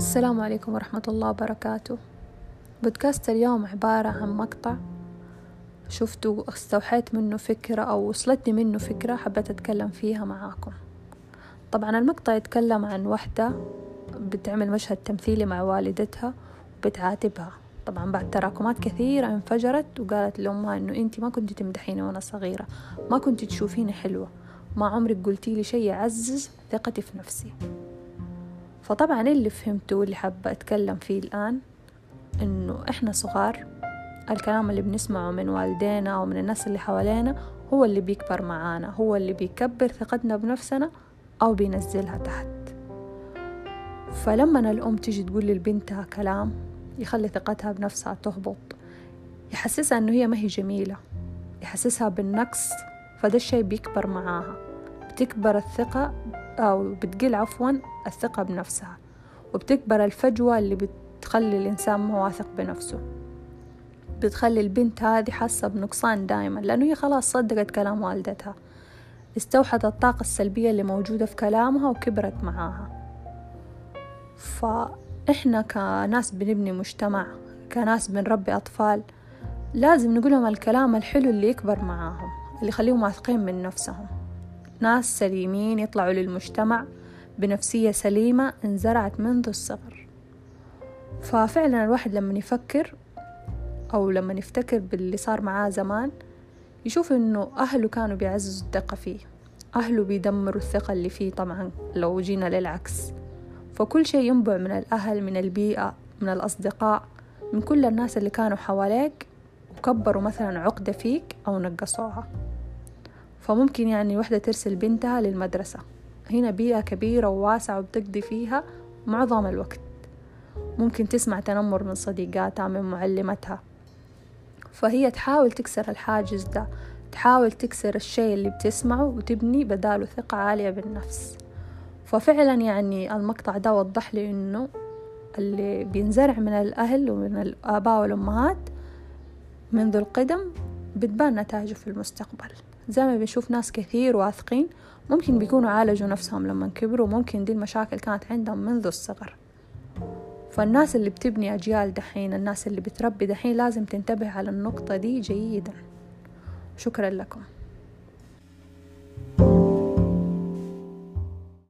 السلام عليكم ورحمة الله وبركاته. بودكاست اليوم عبارة عن مقطع شفته واستوحيت منه فكرة أو وصلتني منه فكرة حبيت أتكلم فيها معاكم. طبعا المقطع يتكلم عن وحدة بتعمل مشهد تمثيلي مع والدتها وبتعاتبها، طبعا بعد تراكمات كثيرة انفجرت وقالت لأمها إنه أنتي ما كنتي تمدحيني وأنا صغيرة، ما كنتي تشوفيني حلوة، ما عمرك قلتي لي شيء يعزز ثقتي في نفسي. فطبعا اللي فهمته واللي حابة أتكلم فيه الآن إنه إحنا صغار الكلام اللي بنسمعه من والدينا أو من الناس اللي حوالينا هو اللي بيكبر معانا، هو اللي بيكبر ثقتنا بنفسنا أو بينزلها تحت. فلما الأم تيجي تقول لبنتها كلام يخلي ثقتها بنفسها تهبط، يحسسها إنه هي ما هي جميلة، يحسسها بالنقص، فده الشيء بيكبر معاها، بتكبر الثقة أو بتقل الثقة بنفسها، وبتكبر الفجوة اللي بتخلي الإنسان ما واثق بنفسه، بتخلي البنت هذه حاسة بنقصان دائما، لأنه هي خلاص صدقت كلام والدتها، استوحت الطاقة السلبية اللي موجودة في كلامها وكبرت معاها. فإحنا كناس بنبني مجتمع، كناس بنربي أطفال، لازم نقولهم الكلام الحلو اللي يكبر معاهم، اللي يخليهم واثقين من نفسهم، ناس سليمين يطلعوا للمجتمع بنفسية سليمة انزرعت منذ الصغر. ففعلا الواحد لما يفكر أو لما يفتكر باللي صار معاه زمان يشوف إنه أهله كانوا بيعززوا الثقة فيه، أهله بيدمروا الثقة اللي فيه. طبعا لو جينا للعكس، فكل شيء ينبع من الأهل، من البيئة، من الأصدقاء، من كل الناس اللي كانوا حواليك وكبروا مثلا عقدة فيك أو نقصوها. فممكن يعني وحدة ترسل بنتها للمدرسة، هنا بيئة كبيرة وواسعة وبتقضي فيها معظم الوقت، ممكن تسمع تنمر من صديقاتها، من معلمتها، فهي تحاول تكسر الحاجز ده، تحاول تكسر الشيء اللي بتسمعه وتبني بداله ثقة عالية بالنفس. ففعلا يعني المقطع ده وضح لي إنه اللي بينزرع من الأهل ومن الآباء والأمهات منذ القدم بتبان نتائجه في المستقبل. زي ما بنشوف ناس كثير واثقين ممكن بيكونوا عالجوا نفسهم لما كبروا، ممكن دي المشاكل كانت عندهم منذ الصغر. فالناس اللي بتبني أجيال دحين، الناس اللي بتربي دحين، لازم تنتبه على النقطة دي جيدا. شكرا لكم.